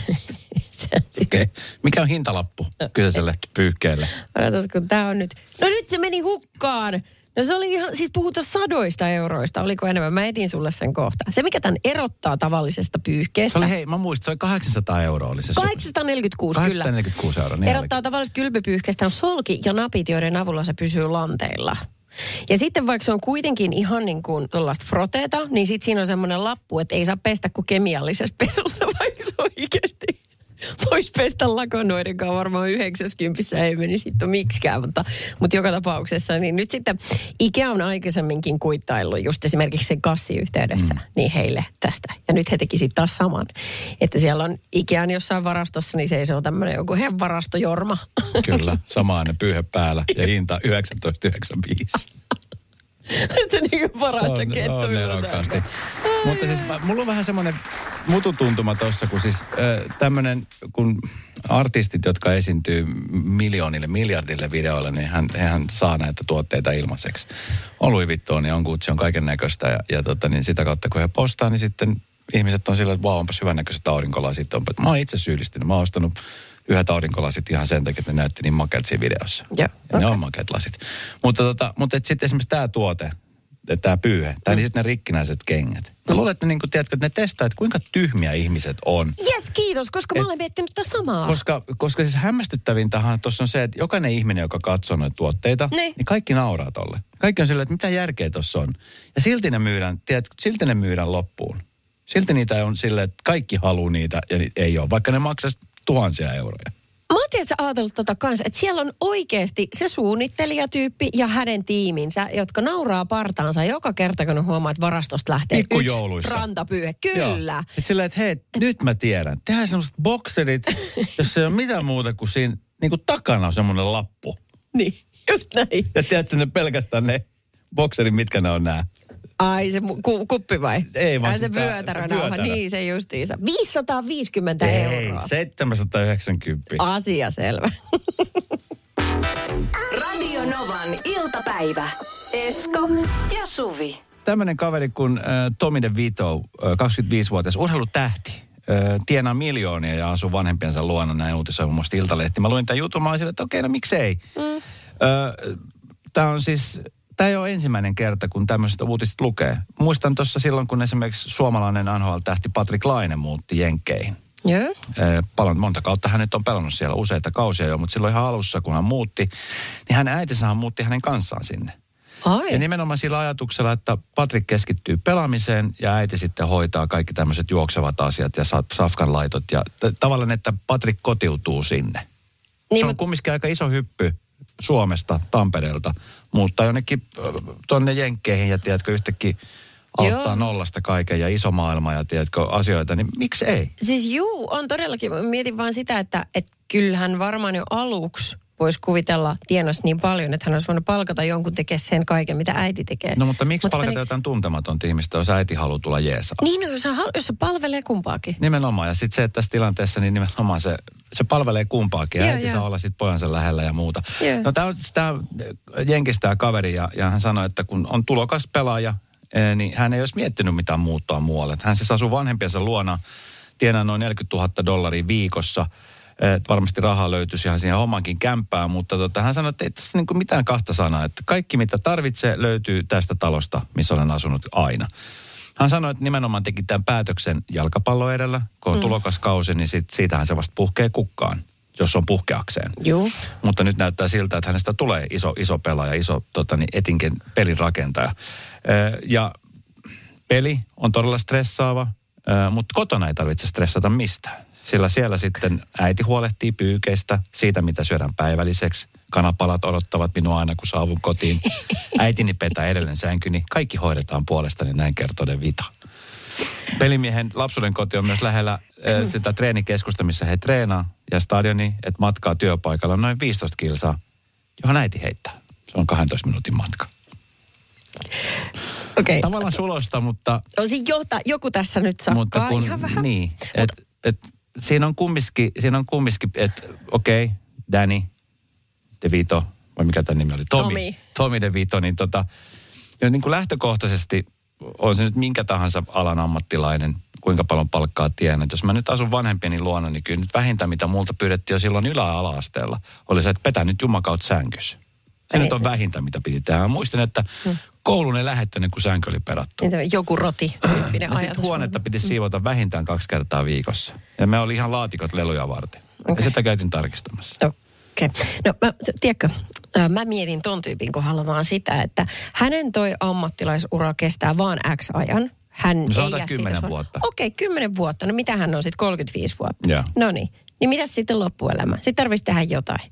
[SPEAKER 5] Okei. Mikä on hintalappu kyseiselle pyyhkeelle?
[SPEAKER 4] Odotas, kun tämä on nyt... No nyt se meni hukkaan. No se oli ihan, siis puhutaan €100. Oliko enemmän? Mä etin sulle sen kohta. Se, mikä tämän erottaa tavallisesta pyyhkeestä.
[SPEAKER 5] Se oli, hei, mä muistin, se oli €800 oli se.
[SPEAKER 4] 846, kyllä.
[SPEAKER 5] 846 €. Niin
[SPEAKER 4] erottaa tavallisesta kylpypyyhkeestä on solki ja napit, joiden avulla se pysyy lanteilla. Ja sitten vaikka se on kuitenkin ihan niin kuin tuollaista froteeta, niin sitten siinä on semmoinen lappu, että ei saa pestä kuin kemiallisessa pesussa, vaikka se oikeasti voisi pestä lakonoidenkaan varmaan 90 ei meni sitten miksikään, mutta joka tapauksessa. Niin nyt sitten Ikea on aikaisemminkin kuittaillut just esimerkiksi sen kassiyhteydessä niin heille tästä. Ja nyt he teki sitten taas saman. Että siellä on Ikean jossain varastossa, niin se on tämmöinen joku varastojorma.
[SPEAKER 5] Kyllä, samainen pyyhe päällä ja hinta 19,95.
[SPEAKER 4] Että niin kuin parasta kettua.
[SPEAKER 5] On nerokkaasti. Mutta siis mulla on vähän semmoinen mututuntuma tossa, kun siis tämmöinen, kun artistit, jotka esiintyy miljoonille, miljardille videoilla, niin hehän saa näitä tuotteita ilmaiseksi. On Louis Vuitton ja on Gucci, on kaiken näköistä ja niin sitä kautta kun he postaa, niin sitten ihmiset on sillä, että vau, onpas hyvännäköiset aurinkolasit. Mä oon itse syyllistynyt, mä oon ostanut yhdet aurinkolasit ihan sen takia, että ne näytti niin makeat siinä videossa. Ja ne on makeat lasit. Mutta sitten esimerkiksi tämä tuote, tämä pyyhe, tai niin sitten ne rikkinäiset kengät. Mä luulen, että, tiedätkö, että ne testaa, että kuinka tyhmiä ihmiset on.
[SPEAKER 4] Jes, kiitos, koska mä olen miettinyt tätä samaa.
[SPEAKER 5] Koska siis hämmästyttävintähän tuossa on se, että jokainen ihminen, joka katsoo noita tuotteita, niin kaikki nauraa tolle. Kaikki on silleen, että mitä järkeä tuossa on. Ja silti ne myydään loppuun. Silti niitä on silleen, että kaikki haluaa niitä ja ei ole, vaikka ne maksaisi tuhansia euroja.
[SPEAKER 4] Mä oon tietysti ajatellut kanssa, että siellä on oikeasti se suunnittelijatyyppi ja hänen tiiminsä, jotka nauraa partaansa joka kerta, kun ne huomaa, että varastosta lähtee yksi rantapyyhe. Kyllä.
[SPEAKER 5] Että silleen, että hei, nyt mä tiedän. Tehdään semmoiset bokserit, jos ei ole mitään muuta kuin siinä niin kuin takana on semmoinen lappu.
[SPEAKER 4] Niin, just näin.
[SPEAKER 5] Ja tiedätkö ne pelkästään ne bokserit, mitkä ne on nää?
[SPEAKER 4] Ai se kuppi vai?
[SPEAKER 5] Ei vaan
[SPEAKER 4] se vyötärönauha. Niin se justiinsa. 550 €.
[SPEAKER 5] Ei, 790.
[SPEAKER 4] Asia selvä.
[SPEAKER 3] Radio Novan iltapäivä. Esko ja Suvi.
[SPEAKER 5] Tämmöinen kaveri kuin Tommy DeVito, 25-vuotias urheilutähti. Tienaa miljoonia ja asuu vanhempiensa luona, näin uutisoi muun muassa Iltalehti. Mä luin tämän jutun, mä olin sille, että okei, no miksei. Tämä on siis... Tämä ei ole ensimmäinen kerta, kun tämmöisestä uutista lukee. Muistan tuossa silloin, kun esimerkiksi suomalainen NHL-tähti Patrik Laine muutti Jenkkeihin.
[SPEAKER 4] Joo.
[SPEAKER 5] Monta kautta hän nyt on pelannut siellä useita kausia jo, mutta silloin ihan alussa, kun hän muutti, niin hänen äitinsä muutti hänen kanssaan sinne.
[SPEAKER 4] Ai.
[SPEAKER 5] Ja nimenomaan sillä ajatuksella, että Patrik keskittyy pelaamiseen ja äiti sitten hoitaa kaikki tämmöiset juoksevat asiat ja safkan laitot. Ja tavallaan, että Patrik kotiutuu sinne. Niin, se on kumminkin aika iso hyppy Suomesta, Tampereelta, muuttaa jonnekin tuonne Jenkkeihin ja tiedätkö yhtäkkiä aloittaa nollasta kaiken ja iso maailma ja tiedätkö asioita, niin miksi ei?
[SPEAKER 4] Siis on todellakin. Mietin vaan sitä, että kyllähän varmaan jo aluksi voisi kuvitella tienas niin paljon, että hän olisi voinut palkata jonkun tekemään sen kaiken, mitä äiti tekee.
[SPEAKER 5] No mutta miksi palkata jotain tuntematonta ihmistä, jos äiti haluaa tulla jeesaa?
[SPEAKER 4] Niin, no, jos se palvelee kumpaakin.
[SPEAKER 5] Nimenomaan. Ja sitten se, että tässä tilanteessa, niin nimenomaan se palvelee kumpaakin. Äiti saa olla sitten pojansa lähellä ja muuta. No tämä Jenkistä kaveri ja hän sanoi, että kun on tulokas pelaaja, niin hän ei olisi miettinyt mitään muuttoa muualle. Hän siis asuu vanhempiensa luona, tienaa noin $40,000 viikossa. Varmasti rahaa löytyisi ihan siihen omankin kämppään, mutta hän sanoi, että ei tässä niin kuin mitään kahta sanaa, että kaikki mitä tarvitsee löytyy tästä talosta, missä olen asunut aina. Hän sanoi, että nimenomaan teki tämän päätöksen jalkapallo edellä, kun on tulokas kausi, niin siitähän se vasta puhkee kukkaan, jos on puhkeakseen.
[SPEAKER 4] Joo.
[SPEAKER 5] Mutta nyt näyttää siltä, että hänestä tulee iso pelaaja, etinkin pelin rakentaja. Ja peli on todella stressaava, mutta kotona ei tarvitse stressata mistään. Sillä siellä sitten äiti huolehtii pyykeistä, siitä mitä syödään päivälliseksi. Kanapalat odottavat minua aina, kun saavun kotiin. Äitini petää edelleen sänkyni. Kaikki hoidetaan puolestani, näin kertoo De Vito. Pelimiehen lapsuuden koti on myös lähellä sitä treenikeskusta, missä he treenaa. Ja stadioni, että matkaa työpaikalla on noin 15 kilsaa, johon äiti heittää. Se on 12 minuutin matka.
[SPEAKER 4] Okay.
[SPEAKER 5] Tavallaan sulosta, mutta...
[SPEAKER 4] Joku tässä nyt sakkaa ihan vähän.
[SPEAKER 5] Niin, siinä on kumminkin, että okei, Danny De Vito, vai mikä tämä nimi oli? Tommy De Vito, niin niin kuin lähtökohtaisesti on se nyt minkä tahansa alan ammattilainen, kuinka paljon palkkaa tiennyt. Jos mä nyt asun vanhempieni luona, niin kyllä nyt vähintään mitä multa pyydettiin jo silloin ylä- ja ala-asteella, oli se, että petä nyt jumakaut sänkyssä. Se nyt on vähintään, mitä piti tehdä. Mä muistan, että koulun ei lähettynyt, kun sänky oli perattu.
[SPEAKER 4] Joku roti-tyyppinen ajatus.
[SPEAKER 5] Sitten huonetta piti siivota vähintään 2 kertaa viikossa. Ja me oli ihan laatikot leluja varten. Okay. Ja sitä käytin tarkistamassa.
[SPEAKER 4] Okei. No, tiedätkö, mä mietin ton tyypin kohdalla vaan sitä, että hänen toi ammattilaisura kestää vaan X ajan. Hän
[SPEAKER 5] ei jää 10 vuotta.
[SPEAKER 4] Okei, 10 vuotta. No mitä hän on sitten 35 vuotta?
[SPEAKER 5] Yeah.
[SPEAKER 4] No niin. Niin mitäs sitten loppuelämä? Sitten tarvitsisi tehdä jotain.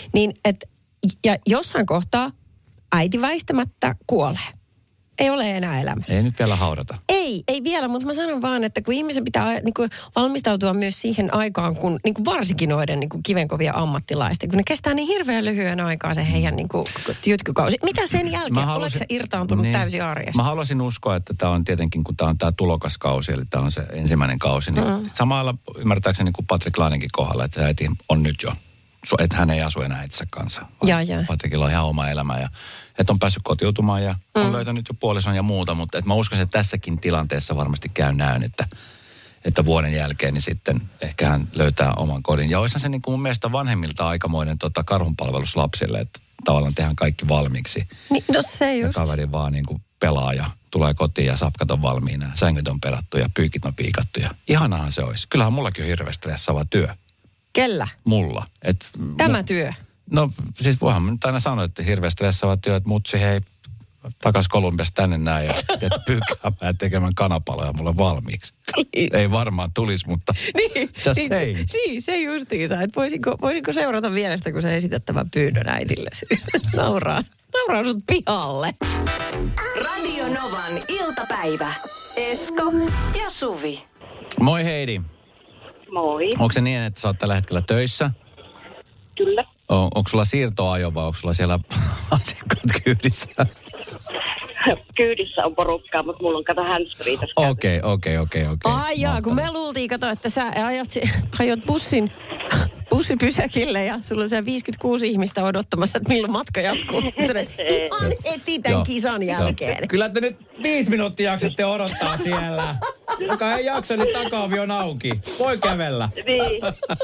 [SPEAKER 4] Ja jossain kohtaa äiti väistämättä kuolee. Ei ole enää elämässä.
[SPEAKER 5] Ei nyt vielä haudata.
[SPEAKER 4] Ei vielä, mutta mä sanon vaan, että kun ihmisen pitää niin kuin valmistautua myös siihen aikaan, kun niin kuin varsinkin noiden niin kuin kivenkovia ammattilaisten, kun ne kestää niin hirveän lyhyen aikaa se heidän niin kuin jytkykausi. Mitä sen jälkeen? Oletko sä irtaantunut täysin arjesta?
[SPEAKER 5] Mä haluaisin uskoa, että tämä on tietenkin, kun tämä on tämä tulokaskausi, eli tämä on se ensimmäinen kausi, niin samalla ymmärtääkseni kuin Patrik Lainenkin kohdalla, että se äiti on nyt jo. Että hän ei asu enää itsensä kanssa. Patrikilla on ihan oma elämä ja että on päässyt kotiutumaan ja on löytänyt jo puolison ja muuta. Mutta että mä uskon, että tässäkin tilanteessa varmasti käy näin, että vuoden jälkeen niin sitten ehkä hän löytää oman kodin. Ja olisihan se niin kuin mun mielestä vanhemmilta aikamoinen karhunpalvelus lapsille, että tavallaan tehdään kaikki valmiiksi.
[SPEAKER 4] Niin, no se just.
[SPEAKER 5] Ja kaveri vaan niin kuin pelaa ja tulee kotiin ja safkat on valmiina. Sängyt on perattu ja pyykit on piikattu ja ihanahan se olisi. Kyllähän mullakin on hirveän stressaava työ.
[SPEAKER 4] Kellä?
[SPEAKER 5] Mulla.
[SPEAKER 4] Tämä työ?
[SPEAKER 5] No siis voihan mä nyt aina sanoa, että hirveän stressaava työ, että mutsi hei takas Kolumbiasta tänne näin ja pyykkäämään tekemään kanapaloja mulle valmiiksi. Ei varmaan tulisi, mutta just saying.
[SPEAKER 4] Niin, se justiinsa, että voisinko seurata vierestä, kun sä esität tämän pyynnön äitille. Nauraa sut pihalle.
[SPEAKER 3] Radio Novan iltapäivä. Esko ja Suvi.
[SPEAKER 5] Moi Heidi.
[SPEAKER 9] Moi.
[SPEAKER 5] Onko se niin, että sä oot tällä hetkellä töissä?
[SPEAKER 9] Kyllä.
[SPEAKER 5] Onko sulla siirtoajo vai onko sulla siellä asiakkaat kyydissä?
[SPEAKER 9] Kyydissä on porukkaa, mutta mulla on kato handsfree tässä.
[SPEAKER 5] Okei.
[SPEAKER 4] Ai jaa, kun me luultiin, kato, että sä ajot bussipysäkille ja sulla on siellä 56 ihmistä odottamassa, että milloin matka jatkuu. Ihan heti tämän kisan jälkeen.
[SPEAKER 5] Joo. Kyllä te nyt 5 minuuttia jaksatte odottaa siellä. Joka ei jaksa, niin takaovi on auki. Voi kävellä.
[SPEAKER 9] Niin.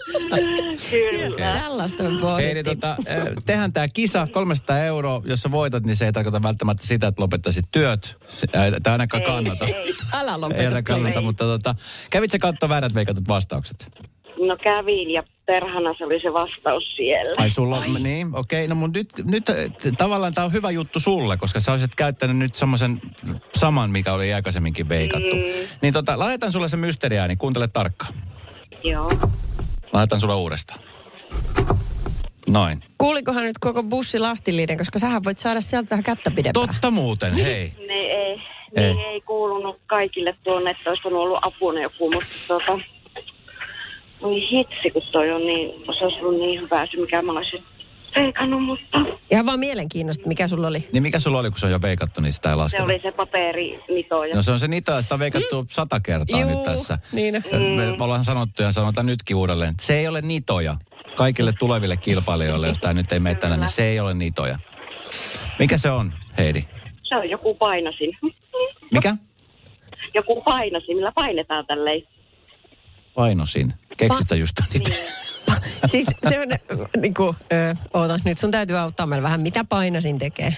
[SPEAKER 9] Kyllä.
[SPEAKER 4] Tällaista on pohdittiin.
[SPEAKER 5] Heidi, tehdään tää kisa, 300 €. Jos sä voitat, niin se ei tarkoita välttämättä sitä, että lopettaisit työt. Tämä ainakaan kannata.
[SPEAKER 4] Älä lopeta.
[SPEAKER 5] Ei ainakaan kannata, mutta kävit sä katsoa väärät veikatut vastaukset?
[SPEAKER 9] No kävin ja perhana se oli se vastaus siellä.
[SPEAKER 5] Ai sulla on, niin, okei. No mun nyt tavallaan tää on hyvä juttu sulle, koska sä olisit käyttänyt nyt semmoisen saman, mikä oli aikaisemminkin veikattu. Niin laitetaan sulle se mysteeriääni, kuuntele tarkkaan.
[SPEAKER 9] Joo.
[SPEAKER 5] Laitetaan sulle uudestaan. Noin.
[SPEAKER 4] Kuulikohan nyt koko bussi lastillinen, koska sähän voit saada sieltä vähän kättä pidempää.
[SPEAKER 5] Totta muuten, hei.
[SPEAKER 9] Ei kuulunut kaikille tuonne, että olisi ollut apuna joku, mutta oi hitsi, kun toi on niin, se olisi ollut niin hyvä se, mikä mä olisin veikannut, mutta...
[SPEAKER 4] Ihan vaan mielenkiinnosta, mikä sulla oli?
[SPEAKER 5] Niin mikä sulla oli, kun se on jo veikattu, niin sitä ei lasketa?
[SPEAKER 9] Se oli se paperinitoja.
[SPEAKER 5] No se on se nito, että on veikattu 100 kertaa nyt tässä.
[SPEAKER 4] Niin.
[SPEAKER 5] Me ollaan sanottu ja sanotaan nytkin uudelleen, että se ei ole nitoja. Kaikille tuleville kilpailijoille, jos tämä nyt ei mene tänään, niin se ei ole nitoja. Mikä se on, Heidi?
[SPEAKER 9] Se on joku painasin.
[SPEAKER 5] Mikä?
[SPEAKER 9] Joku painasin, millä painetaan tälleen.
[SPEAKER 5] Painosin. Keksit sä just niitä?
[SPEAKER 4] Siis se on, niinku, oota, nyt sun täytyy auttaa meillä vähän, mitä painasin tekee?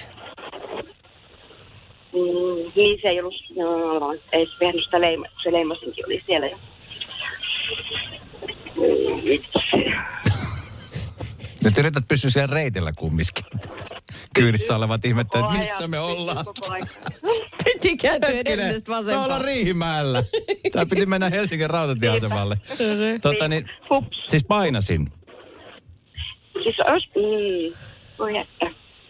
[SPEAKER 9] Niin se ei ollut, ei se tehnyt sitä se leimasinkin oli siellä jo.
[SPEAKER 5] Nyt yrität pysyä siellä reitillä kumminkin. Kyydissä olevat ihmettä, että missä me ollaan.
[SPEAKER 4] Piti kääntyä edellisestä vasempaan.
[SPEAKER 5] Me ollaan Riihimäellä. Tää piti mennä Helsingin rautatieasemalle. Siis painasin.
[SPEAKER 9] Siis voi että.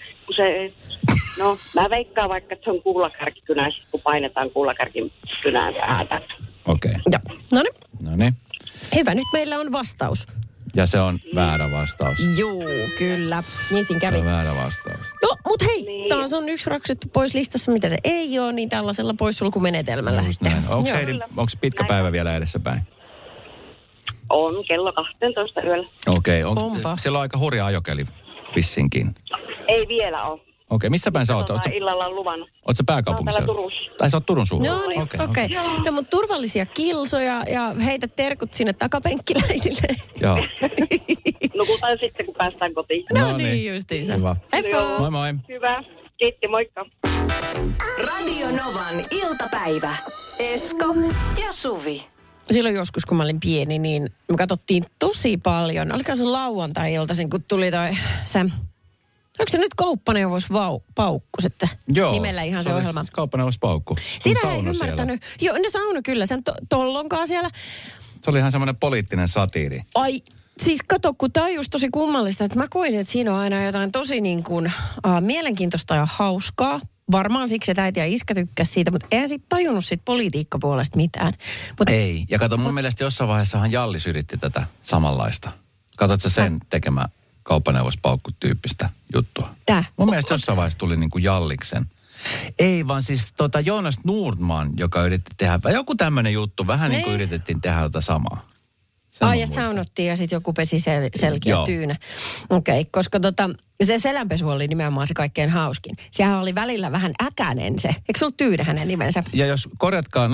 [SPEAKER 9] No, mä veikkaan vaikka, että se on kuulakärkikynä, kun painetaan kuulakärkikynään ääntä.
[SPEAKER 5] Okei.
[SPEAKER 4] Okay.
[SPEAKER 5] Noniin.
[SPEAKER 4] Hyvä, nyt meillä on vastaus.
[SPEAKER 5] Ja se on väärä vastaus.
[SPEAKER 4] Juu, kyllä. Niin siinä kävi.
[SPEAKER 5] Se on väärä vastaus.
[SPEAKER 4] No, mut hei, taas on yksi raksettu pois listassa, mitä se ei ole, niin tällaisella poissulkumenetelmällä
[SPEAKER 5] just
[SPEAKER 4] sitten.
[SPEAKER 5] Onko pitkä päivä vielä edessäpäin?
[SPEAKER 9] On, kello 12 yöllä.
[SPEAKER 5] Okei, siellä on aika hurja ajokeli vissinkin.
[SPEAKER 9] Ei vielä ole.
[SPEAKER 5] Okei, missä päin sä oot?
[SPEAKER 9] Illalla on luvannut.
[SPEAKER 5] Oot sä pääkaupungissa?
[SPEAKER 9] Täällä Turussa.
[SPEAKER 5] Tai sä oot Turun suunnalla?
[SPEAKER 4] No niin, okei. No, mutta turvallisia kilsoja ja heitä terkut sinne takapenkkiläisille.
[SPEAKER 5] Joo.
[SPEAKER 9] Nukutaan sitten, kun päästään kotiin.
[SPEAKER 4] No niin, justiinsa.
[SPEAKER 5] Hyvä.
[SPEAKER 4] Heippa.
[SPEAKER 5] Moi moi.
[SPEAKER 9] Hyvä. Kiitti, moikka.
[SPEAKER 3] Radio Novan iltapäivä. Esko ja Suvi.
[SPEAKER 4] Silloin joskus, kun mä olin pieni, niin me katsottiin tosi paljon. Oliko se lauantai-iltaisin, kun tuli se... Onko se nyt Kauppaneuvos Paukku sitten?
[SPEAKER 5] Joo,
[SPEAKER 4] nimellä ihan se ohjelma?
[SPEAKER 5] Kauppaneuvos Paukku.
[SPEAKER 4] Sitä ei ymmärtänyt. Joo, ne sauno kyllä sen tollonkaan siellä.
[SPEAKER 5] Se oli ihan semmoinen poliittinen satiiri.
[SPEAKER 4] Ai, siis kato, kun tää on just tosi kummallista, että mä koin, että siinä on aina jotain tosi niin kuin mielenkiintoista ja hauskaa. Varmaan siksi, että äiti ja iskä tykkäsi siitä, mutta eihän siitä tajunnut siitä politiikkapuolesta mitään.
[SPEAKER 5] Ei, ja kato, mun mielestä jossain vaiheessahan Jallis yritti tätä samanlaista. Katsotko sen tekemä Kauppaneuvos Paukku-tyyppistä juttua?
[SPEAKER 4] Tää?
[SPEAKER 5] Mun mielestä jossain vaiheessa tuli niin kuin Jalliksen. Ei, vaan siis Jonas Nordman, joka yritti tehdä, joku tämmöinen juttu, vähän niin kuin yritettiin tehdä jotain samaa.
[SPEAKER 4] Ai, että saunottiin ja sitten joku pesi selkiä tyynä. Okei, koska se selänpesu oli nimenomaan se kaikkein hauskin. Sehän oli välillä vähän äkänen se. Eikö sulla Tyynä hänen nimensä?
[SPEAKER 5] Ja jos korjatkaa 0806000,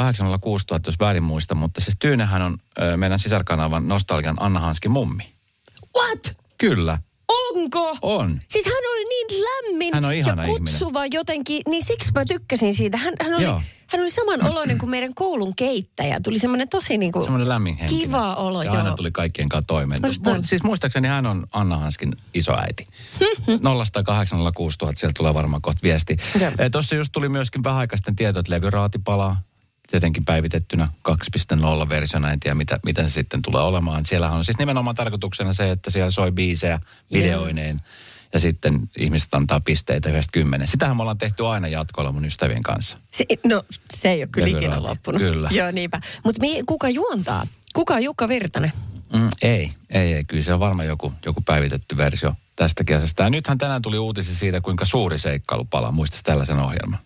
[SPEAKER 5] jos väärin muista, mutta siis Tyynähän on meidän sisarkanavan Nostalgian Anna Hanskin mummi.
[SPEAKER 4] What?
[SPEAKER 5] Kyllä.
[SPEAKER 4] Onko?
[SPEAKER 5] On.
[SPEAKER 4] Siis hän oli niin lämmin
[SPEAKER 5] hän on ihana
[SPEAKER 4] ja kutsuva
[SPEAKER 5] ihminen.
[SPEAKER 4] Jotenkin, niin siksi mä tykkäsin siitä. Hän oli samanoloinen kuin meidän koulun keittäjä. Tuli semmoinen tosi niin kuin
[SPEAKER 5] semmoinen lämminhenkinen.
[SPEAKER 4] Kiva olo.
[SPEAKER 5] Ja aina tuli kaikkien kanssa toimeen. Siis muistaakseni hän on Anna Hanskin isoäiti. 0806000, sieltä tulee varmaan kohta viesti. Tuossa just tuli myöskin vähän aikaa sitten tieto, että levyraati palaa. Tietenkin päivitettynä 2.0-versiona, en tiedä mitä se sitten tulee olemaan. Siellähän on siis nimenomaan tarkoituksena se, että siellä soi biisejä videoineen ja sitten ihmiset antaa pisteitä 1-10. Sitähän me ollaan tehty aina jatkoilla mun ystävien kanssa.
[SPEAKER 4] Se ei ole kyllä ikinä loppunut.
[SPEAKER 5] Kyllä.
[SPEAKER 4] Joo, niinpä. Mutta kuka juontaa? Kuka on Jukka Virtanen?
[SPEAKER 5] Ei. Kyllä se on varmaan joku päivitetty versio tästä kesästä. Ja nythän tänään tuli uutisi siitä, kuinka Suuri seikkailu palaa. Muistaisi tällaisen ohjelman?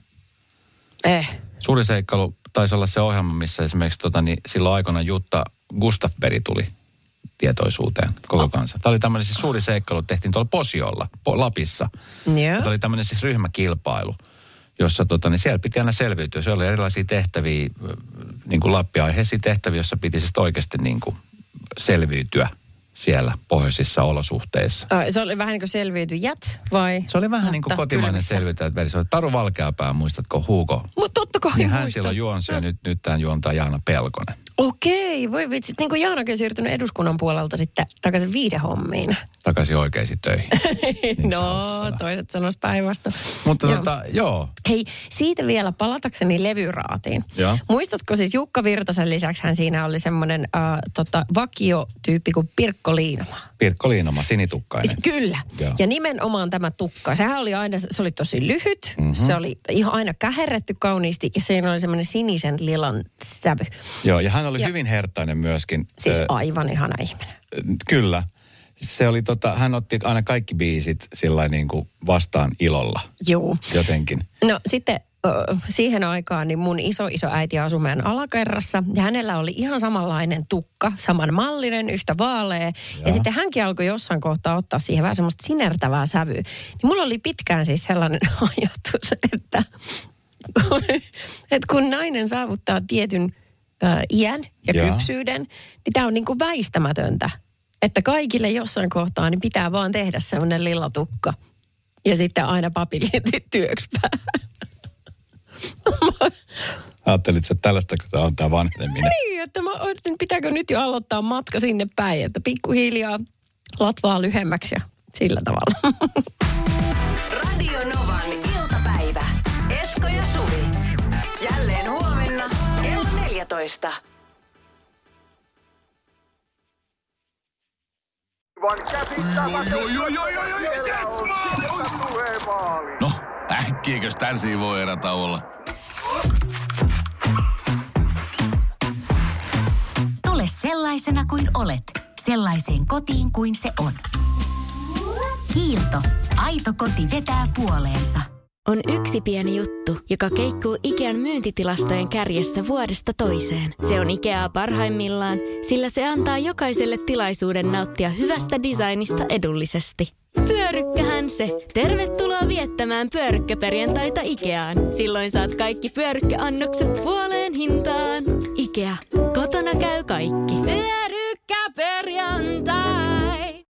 [SPEAKER 5] Suuri seikkailu taisi olla se ohjelma, missä esimerkiksi silloin aikana Jutta Gustafberg tuli tietoisuuteen koko kanssa. Tämä oli tämmöinen siis suuri seikkailu, tehtiin tuolla Posiolla, Lapissa. Tämä oli tämmöinen siis ryhmäkilpailu, jossa siellä piti aina selviytyä. Se oli erilaisia tehtäviä, niin kuin Lappi-aiheisia tehtäviä, jossa piti siis oikeasti niin kuin selviytyä siellä pohjoisissa olosuhteissa.
[SPEAKER 4] Se oli vähän niin kuin selviytyjät vai?
[SPEAKER 5] Se oli vähän niin kuin kotimainen selviytyjät. Se oli Taru Valkeapää, muistatko Hugo?
[SPEAKER 4] Mutta totta kai
[SPEAKER 5] niin hän silloin juonsi ja nyt tämän juontaa Jaana Pelkonen.
[SPEAKER 4] Okei, voi vitsit. Niin kuin Jaanakin on siirtynyt eduskunnan puolelta sitten takaisin viidehommiin.
[SPEAKER 5] Takaisin oikeisiin töihin. Niin
[SPEAKER 4] toiset sanois päinvastoin.
[SPEAKER 5] Mutta joo.
[SPEAKER 4] Hei, siitä vielä palatakseni levyraatiin.
[SPEAKER 5] Ja.
[SPEAKER 4] Muistatko siis Jukka Virtasen lisäksihän siinä oli semmoinen vakiotyyppi kuin Pirkko Liinoma?
[SPEAKER 5] Pirkko Liinoma, sinitukkainen.
[SPEAKER 4] Kyllä.
[SPEAKER 5] Ja.
[SPEAKER 4] Ja nimenomaan tämä tukka. Sehän oli aina, se oli tosi lyhyt. Se oli ihan aina käherretty kauniisti ja siinä oli semmoinen sinisen lilan sävy.
[SPEAKER 5] Joo, ja hän oli hyvin hertainen myöskin.
[SPEAKER 4] Siis aivan ihana ihminen.
[SPEAKER 5] Kyllä. Se oli hän otti aina kaikki biisit sillain niin kuin vastaan ilolla.
[SPEAKER 4] Joo.
[SPEAKER 5] Jotenkin.
[SPEAKER 4] No sitten siihen aikaan niin mun isoäiti asui meidän alakerrassa ja hänellä oli ihan samanlainen tukka, samanmallinen, yhtä vaalea. Ja sitten hänkin alkoi jossain kohtaa ottaa siihen vähän semmoista sinertävää sävyä. Niin mulla oli pitkään siis sellainen ajatus, että kun nainen saavuttaa tietyn iän ja kypsyyden, niin tämä on niin kuin väistämätöntä. Että kaikille jossain kohtaa niin pitää vaan tehdä semmoinen lillatukka. Ja sitten aina papilletit työksi päähän.
[SPEAKER 5] Ajattelit sä tällaista, kun tämä on tämä vanheneminen?
[SPEAKER 4] Niin, että pitääkö nyt jo aloittaa matka sinne päin, että pikkuhiljaa latvaa lyhemmäksi ja sillä tavalla.
[SPEAKER 3] Radio Novan iltapäivä. Esko ja Suvi. Jälleen huomenna kello 14.
[SPEAKER 10] No, äkkiäkös tän voi erätauolla?
[SPEAKER 2] Tule sellaisena kuin olet, sellaiseen kotiin kuin se on. Kiilto. Aito koti vetää puoleensa.
[SPEAKER 11] On yksi pieni juttu, joka keikkuu Ikean myyntitilastojen kärjessä vuodesta toiseen. Se on Ikeaa parhaimmillaan, sillä se antaa jokaiselle tilaisuuden nauttia hyvästä designista edullisesti. Pyörykkähän se! Tervetuloa viettämään pyörykkäperjantaita Ikeaan. Silloin saat kaikki pyörykkäannokset puoleen hintaan. Ikea. Kotona käy kaikki. Pyörykkäperjantai!